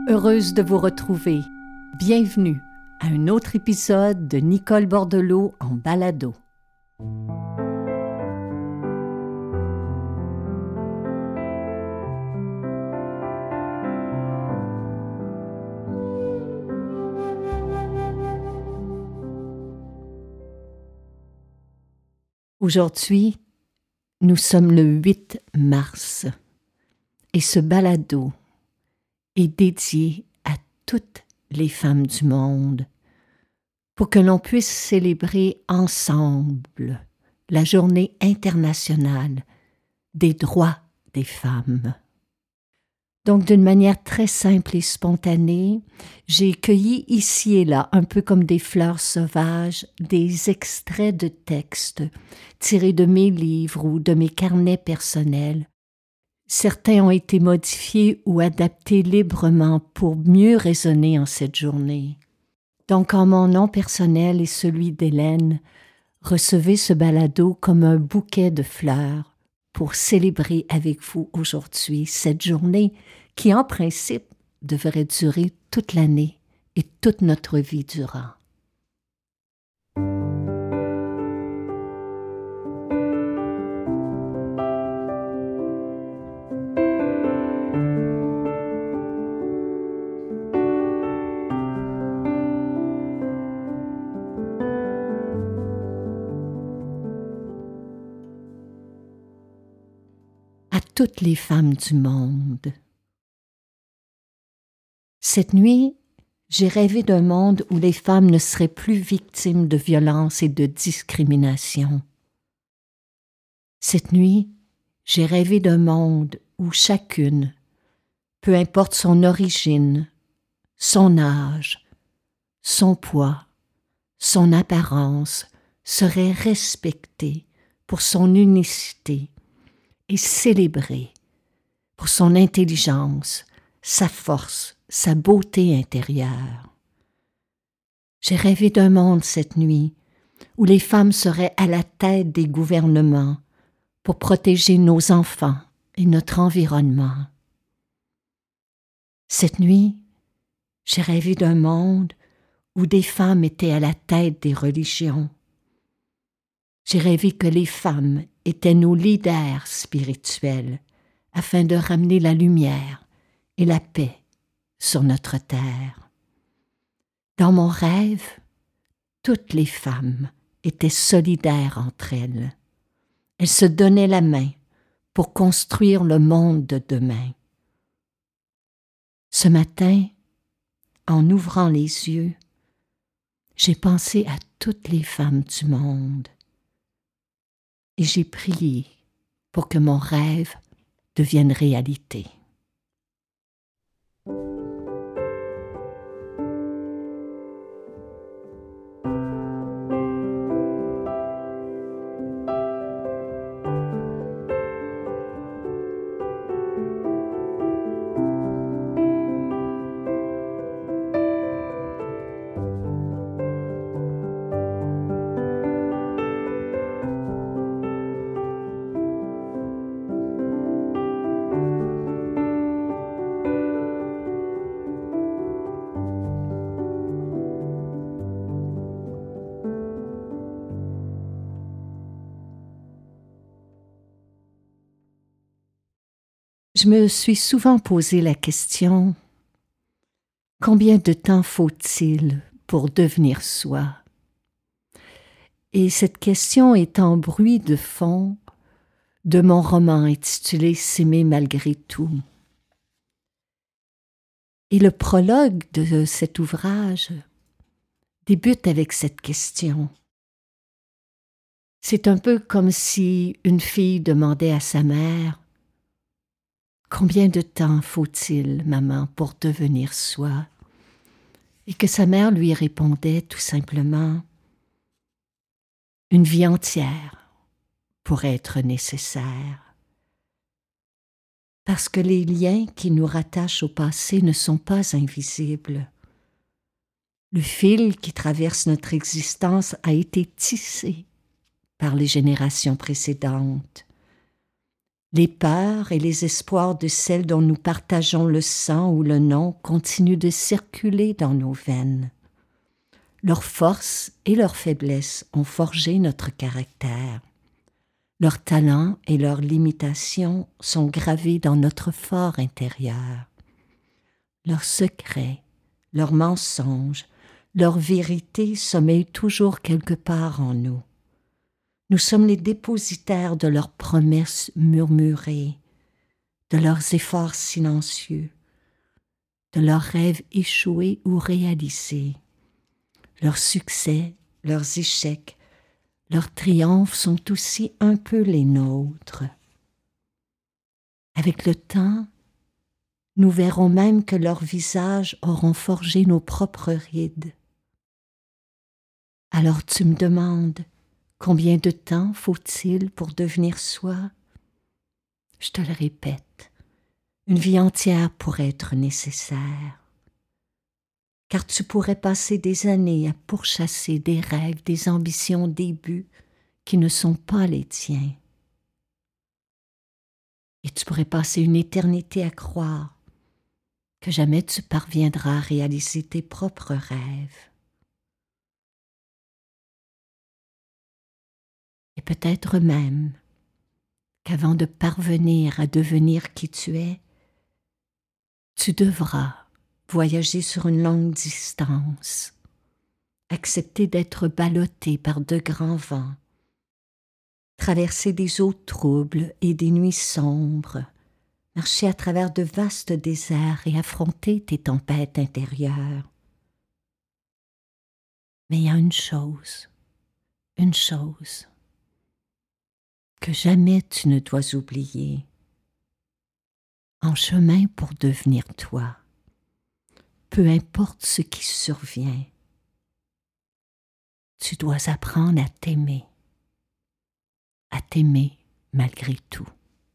Heureuse de vous retrouver. Bienvenue à un autre épisode de Nicole Bordelot en balado. Aujourd'hui, nous sommes le 8 mars et ce balado est dédié à toutes les femmes du monde pour que l'on puisse célébrer ensemble la Journée internationale des droits des femmes. Donc, d'une manière très simple et spontanée, j'ai cueilli ici et là, un peu comme des fleurs sauvages, des extraits de textes tirés de mes livres ou de mes carnets personnels. Certains ont été modifiés ou adaptés librement pour mieux résonner en cette journée. Donc, en mon nom personnel et celui d'Hélène, recevez ce balado comme un bouquet de fleurs pour célébrer avec vous aujourd'hui cette journée qui, en principe, devrait durer toute l'année et toute notre vie durant. À toutes les femmes du monde. Cette nuit, j'ai rêvé d'un monde où les femmes ne seraient plus victimes de violences et de discrimination. Cette nuit, j'ai rêvé d'un monde où chacune, peu importe son origine, son âge, son poids, son apparence, serait respectée pour son unicité et célébrée pour son intelligence, sa force, sa beauté intérieure. J'ai rêvé d'un monde cette nuit où les femmes seraient à la tête des gouvernements pour protéger nos enfants et notre environnement. Cette nuit, j'ai rêvé d'un monde où des femmes étaient à la tête des religions. J'ai rêvé que les femmes étaient nos leaders spirituels afin de ramener la lumière et la paix sur notre terre. Dans mon rêve, toutes les femmes étaient solidaires entre elles. Elles se donnaient la main pour construire le monde de demain. Ce matin, en ouvrant les yeux, j'ai pensé à toutes les femmes du monde et j'ai prié pour que mon rêve devienne réalité. Je me suis souvent posé la question: combien de temps faut-il pour devenir soi? Et cette question est en bruit de fond de mon roman intitulé S'aimer malgré tout. Et le prologue de cet ouvrage débute avec cette question. C'est un peu comme si une fille demandait à sa mère: combien de temps faut-il, maman, pour devenir soi? Et que sa mère lui répondait tout simplement: une vie entière pourrait être nécessaire. Parce que les liens qui nous rattachent au passé ne sont pas invisibles. Le fil qui traverse notre existence a été tissé par les générations précédentes. Les peurs et les espoirs de celles dont nous partageons le sang ou le nom continuent de circuler dans nos veines. Leurs forces et leurs faiblesses ont forgé notre caractère. Leurs talents et leurs limitations sont gravés dans notre fort intérieur. Leurs secrets, leurs mensonges, leurs vérités sommeillent toujours quelque part en nous. Nous sommes les dépositaires de leurs promesses murmurées, de leurs efforts silencieux, de leurs rêves échoués ou réalisés. Leurs succès, leurs échecs, leurs triomphes sont aussi un peu les nôtres. Avec le temps, nous verrons même que leurs visages auront forgé nos propres rides. Alors tu me demandes, combien de temps faut-il pour devenir soi? Je te le répète, une vie entière pourrait être nécessaire. Car tu pourrais passer des années à pourchasser des rêves, des ambitions, des buts qui ne sont pas les tiens. Et tu pourrais passer une éternité à croire que jamais tu parviendras à réaliser tes propres rêves. Et peut-être même qu'avant de parvenir à devenir qui tu es, tu devras voyager sur une longue distance, accepter d'être ballotté par de grands vents, traverser des eaux troubles et des nuits sombres, marcher à travers de vastes déserts et affronter tes tempêtes intérieures. Mais il y a une chose que jamais tu ne dois oublier. En chemin pour devenir toi, peu importe ce qui survient, tu dois apprendre à t'aimer malgré tout.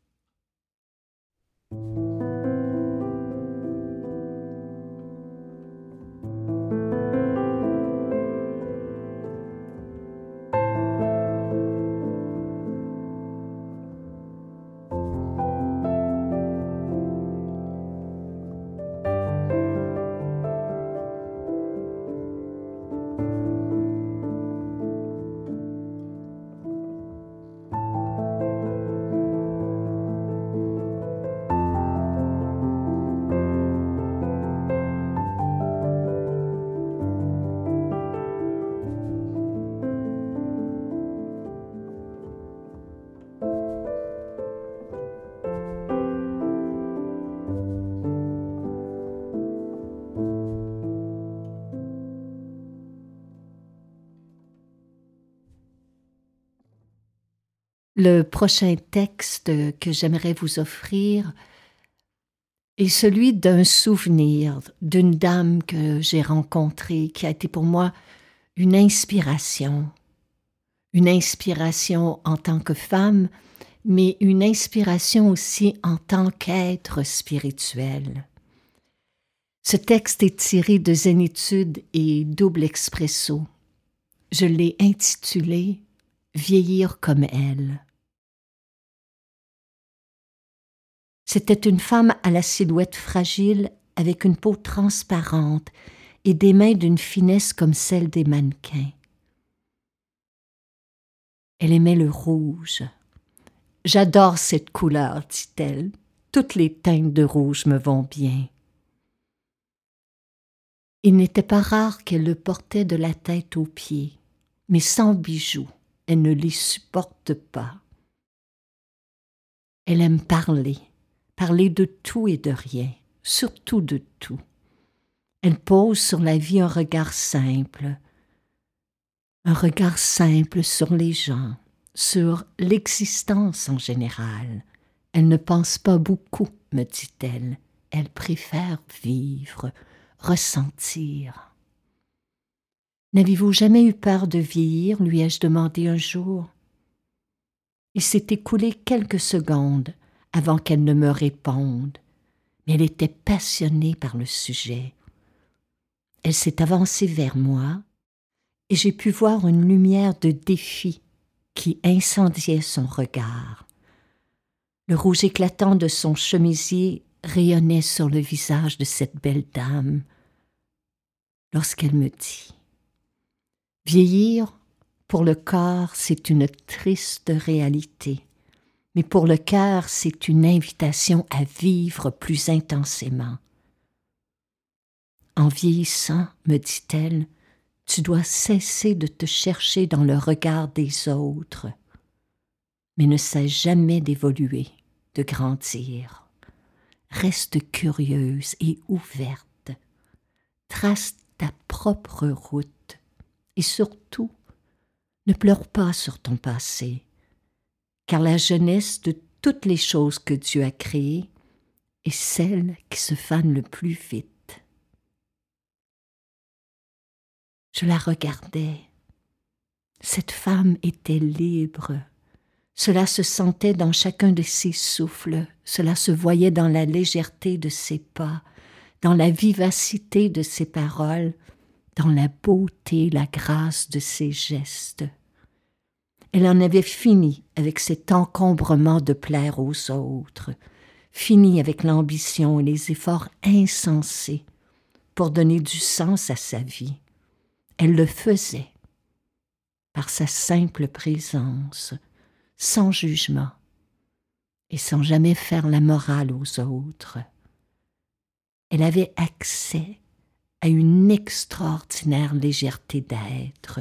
Le prochain texte que j'aimerais vous offrir est celui d'un souvenir d'une dame que j'ai rencontrée, qui a été pour moi une inspiration en tant que femme, mais une inspiration aussi en tant qu'être spirituel. Ce texte est tiré de Zénitude et Double Expresso. Je l'ai intitulé « Vieillir comme elle ». C'était une femme à la silhouette fragile, avec une peau transparente et des mains d'une finesse comme celle des mannequins. Elle aimait le rouge. « J'adore cette couleur, dit-elle. Toutes les teintes de rouge me vont bien. » Il n'était pas rare qu'elle le portait de la tête aux pieds, mais sans bijoux, elle ne les supporte pas. Elle aime parler de tout et de rien, surtout de tout. Elle pose sur la vie un regard simple sur les gens, sur l'existence en général. Elle ne pense pas beaucoup, me dit-elle. Elle préfère vivre, ressentir. N'avez-vous jamais eu peur de vieillir, lui ai-je demandé un jour. Il s'est écoulé quelques secondes avant qu'elle ne me réponde, mais elle était passionnée par le sujet. Elle s'est avancée vers moi et j'ai pu voir une lumière de défi qui incendiait son regard. Le rouge éclatant de son chemisier rayonnait sur le visage de cette belle dame lorsqu'elle me dit « Vieillir, pour le corps, c'est une triste réalité, mais pour le cœur, c'est une invitation à vivre plus intensément. En vieillissant, me dit-elle, tu dois cesser de te chercher dans le regard des autres, mais ne cesse jamais d'évoluer, de grandir. Reste curieuse et ouverte, trace ta propre route et surtout, ne pleure pas sur ton passé, car la jeunesse de toutes les choses que Dieu a créées est celle qui se fane le plus vite. » Je la regardais. Cette femme était libre. Cela se sentait dans chacun de ses souffles, cela se voyait dans la légèreté de ses pas, dans la vivacité de ses paroles, dans la beauté, la grâce de ses gestes. Elle en avait fini avec cet encombrement de plaire aux autres, fini avec l'ambition et les efforts insensés pour donner du sens à sa vie. Elle le faisait par sa simple présence, sans jugement et sans jamais faire la morale aux autres. Elle avait accès à une extraordinaire légèreté d'être.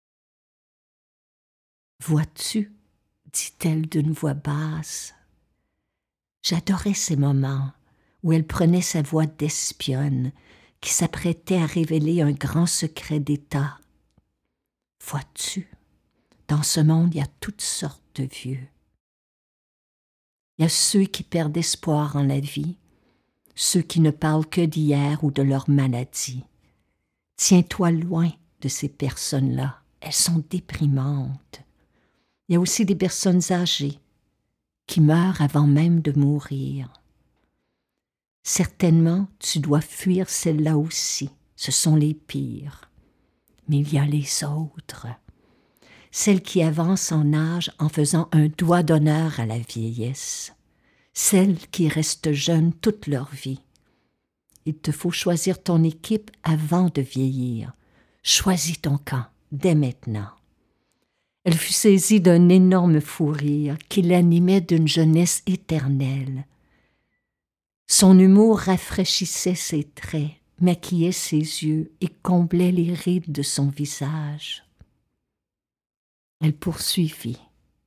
« Vois-tu, dit-elle d'une voix basse. J'adorais ces moments où elle prenait sa voix d'espionne qui s'apprêtait à révéler un grand secret d'État. Vois-tu, dans ce monde, il y a toutes sortes de vieux. Il y a ceux qui perdent espoir en la vie, ceux qui ne parlent que d'hier ou de leur maladie. Tiens-toi loin de ces personnes-là, elles sont déprimantes. Il y a aussi des personnes âgées qui meurent avant même de mourir. Certainement, tu dois fuir celles-là aussi, ce sont les pires. Mais il y a les autres, celles qui avancent en âge en faisant un doigt d'honneur à la vieillesse, celles qui restent jeunes toute leur vie. Il te faut choisir ton équipe avant de vieillir. Choisis ton camp dès maintenant. » Elle fut saisie d'un énorme fou rire qui l'animait d'une jeunesse éternelle. Son humour rafraîchissait ses traits, maquillait ses yeux et comblait les rides de son visage. Elle poursuivit.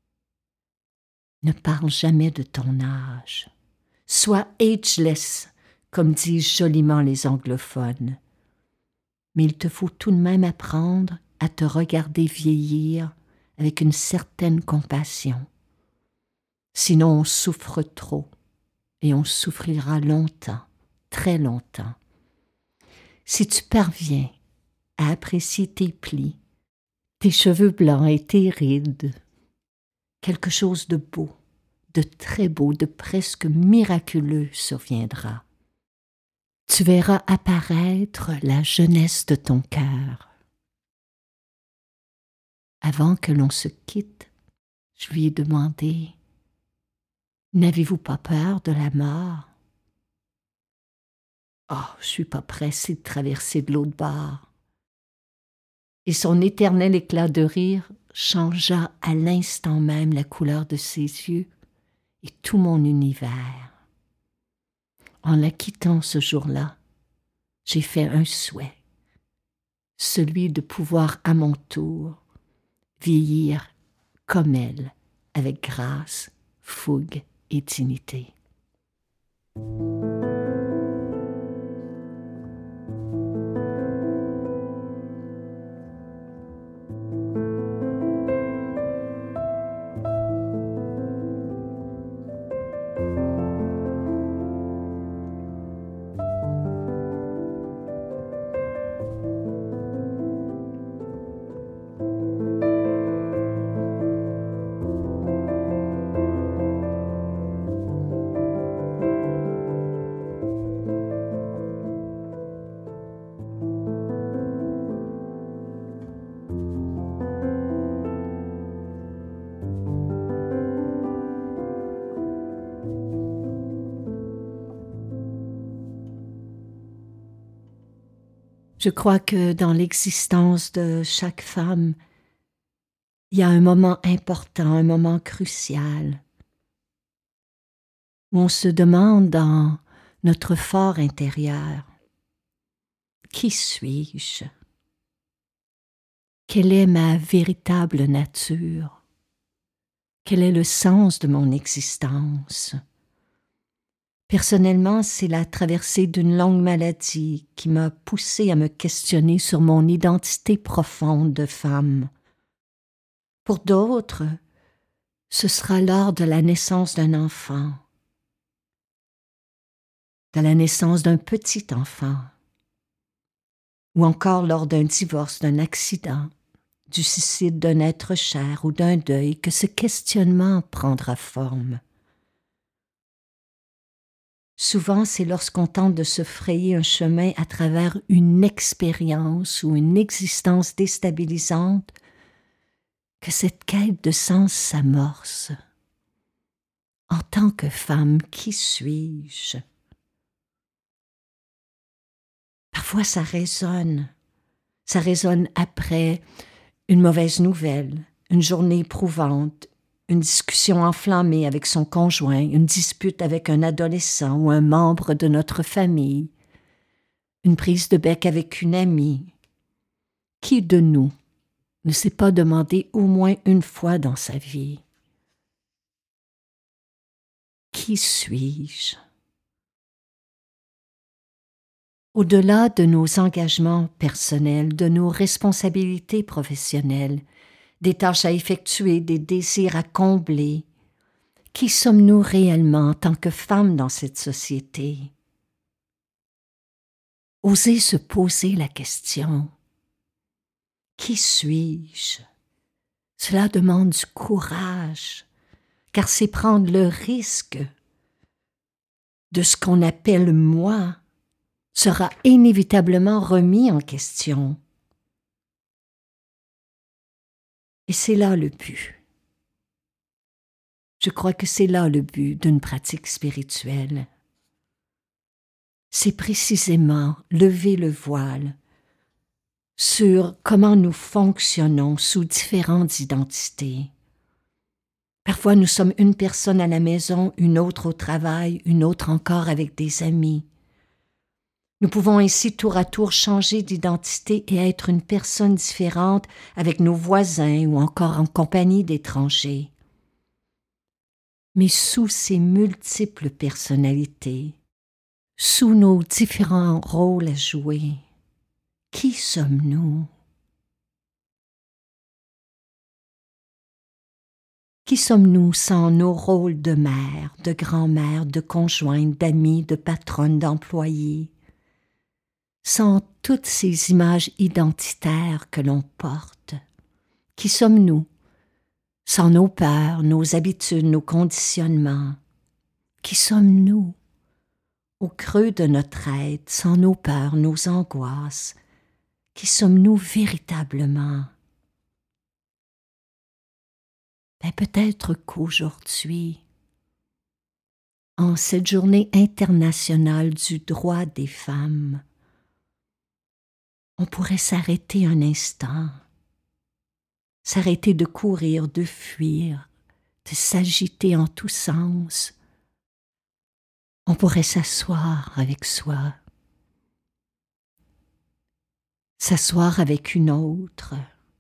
« Ne parle jamais de ton âge. Sois ageless, comme disent joliment les anglophones. Mais il te faut tout de même apprendre à te regarder vieillir avec une certaine compassion. Sinon on souffre trop, et on souffrira longtemps, très longtemps. Si tu parviens à apprécier tes plis, tes cheveux blancs et tes rides, quelque chose de beau, de très beau, de presque miraculeux surviendra. Tu verras apparaître la jeunesse de ton cœur. » Avant que l'on se quitte, je lui ai demandé « N'avez-vous pas peur de la mort ?»« Oh, je suis pas pressée de traverser de l'autre bord. » Et son éternel éclat de rire changea à l'instant même la couleur de ses yeux et tout mon univers. En la quittant ce jour-là, j'ai fait un souhait, celui de pouvoir à mon tour vieillir comme elle, avec grâce, fougue et dignité. Je crois que dans l'existence de chaque femme, il y a un moment important, un moment crucial, où on se demande dans notre fort intérieur, qui suis-je? Quelle est ma véritable nature? Quel est le sens de mon existence? Personnellement, c'est la traversée d'une longue maladie qui m'a poussée à me questionner sur mon identité profonde de femme. Pour d'autres, ce sera lors de la naissance d'un enfant, de la naissance d'un petit enfant, ou encore lors d'un divorce, d'un accident, du suicide d'un être cher ou d'un deuil que ce questionnement prendra forme. Souvent, c'est lorsqu'on tente de se frayer un chemin à travers une expérience ou une existence déstabilisante que cette quête de sens s'amorce. En tant que femme, qui suis-je? Parfois, ça résonne. Ça résonne après une mauvaise nouvelle, une journée éprouvante, une discussion enflammée avec son conjoint, une dispute avec un adolescent ou un membre de notre famille, une prise de bec avec une amie. Qui de nous ne s'est pas demandé au moins une fois dans sa vie: qui suis-je? Au-delà de nos engagements personnels, de nos responsabilités professionnelles, des tâches à effectuer, des désirs à combler, qui sommes-nous réellement en tant que femmes dans cette société? Oser se poser la question: qui suis-je? Cela demande du courage, car c'est prendre le risque de ce qu'on appelle moi sera inévitablement remis en question. Et c'est là le but. Je crois que c'est là le but d'une pratique spirituelle. C'est précisément lever le voile sur comment nous fonctionnons sous différentes identités. Parfois nous sommes une personne à la maison, une autre au travail, une autre encore avec des amis. Nous pouvons ainsi tour à tour changer d'identité et être une personne différente avec nos voisins ou encore en compagnie d'étrangers. Mais sous ces multiples personnalités, sous nos différents rôles à jouer, qui sommes-nous? Qui sommes-nous sans nos rôles de mère, de grand-mère, de conjointe, d'amie, de patronne, d'employée? Sans toutes ces images identitaires que l'on porte, qui sommes-nous? Sans nos peurs, nos habitudes, nos conditionnements, qui sommes-nous? Au creux de notre être, sans nos peurs, nos angoisses, qui sommes-nous véritablement? Peut-être qu'aujourd'hui, en cette journée internationale du droit des femmes, on pourrait s'arrêter un instant, s'arrêter de courir, de fuir, de s'agiter en tous sens. On pourrait s'asseoir avec soi, s'asseoir avec une autre.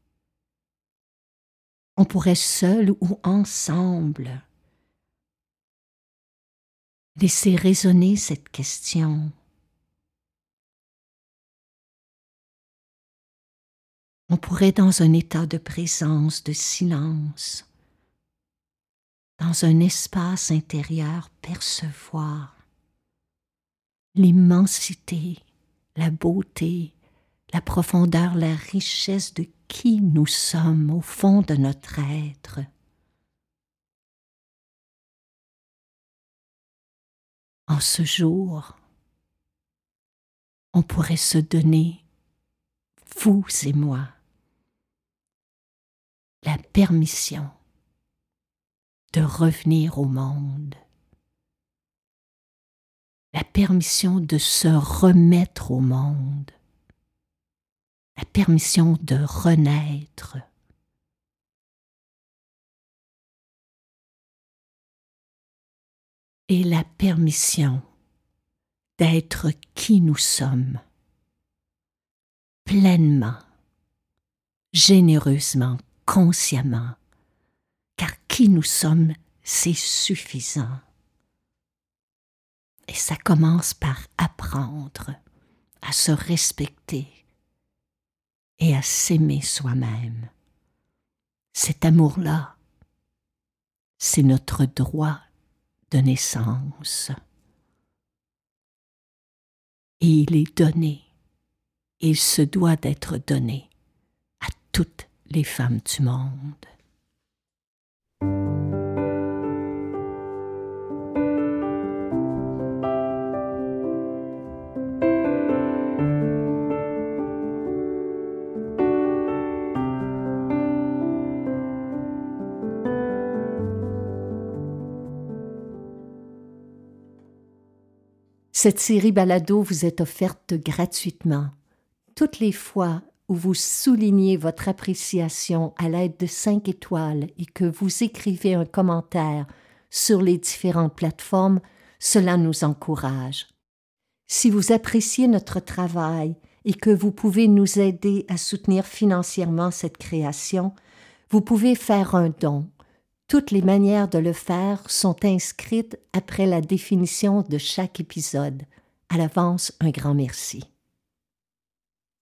On pourrait seul ou ensemble laisser résonner cette question. On pourrait, dans un état de présence, de silence, dans un espace intérieur, percevoir l'immensité, la beauté, la profondeur, la richesse de qui nous sommes au fond de notre être. En ce jour, on pourrait se donner, vous et moi, la permission de revenir au monde, la permission de se remettre au monde, la permission de renaître. Et la permission d'être qui nous sommes, pleinement, généreusement, consciemment, car qui nous sommes, c'est suffisant. Et ça commence par apprendre à se respecter et à s'aimer soi-même. Cet amour-là, c'est notre droit de naissance. Et il est donné, il se doit d'être donné à toutes les femmes du monde. Cette série balado vous est offerte gratuitement. Toutes les fois où vous soulignez votre appréciation à l'aide de 5 étoiles et que vous écrivez un commentaire sur les différentes plateformes, cela nous encourage. Si vous appréciez notre travail et que vous pouvez nous aider à soutenir financièrement cette création, vous pouvez faire un don. Toutes les manières de le faire sont inscrites après la définition de chaque épisode. À l'avance, un grand merci.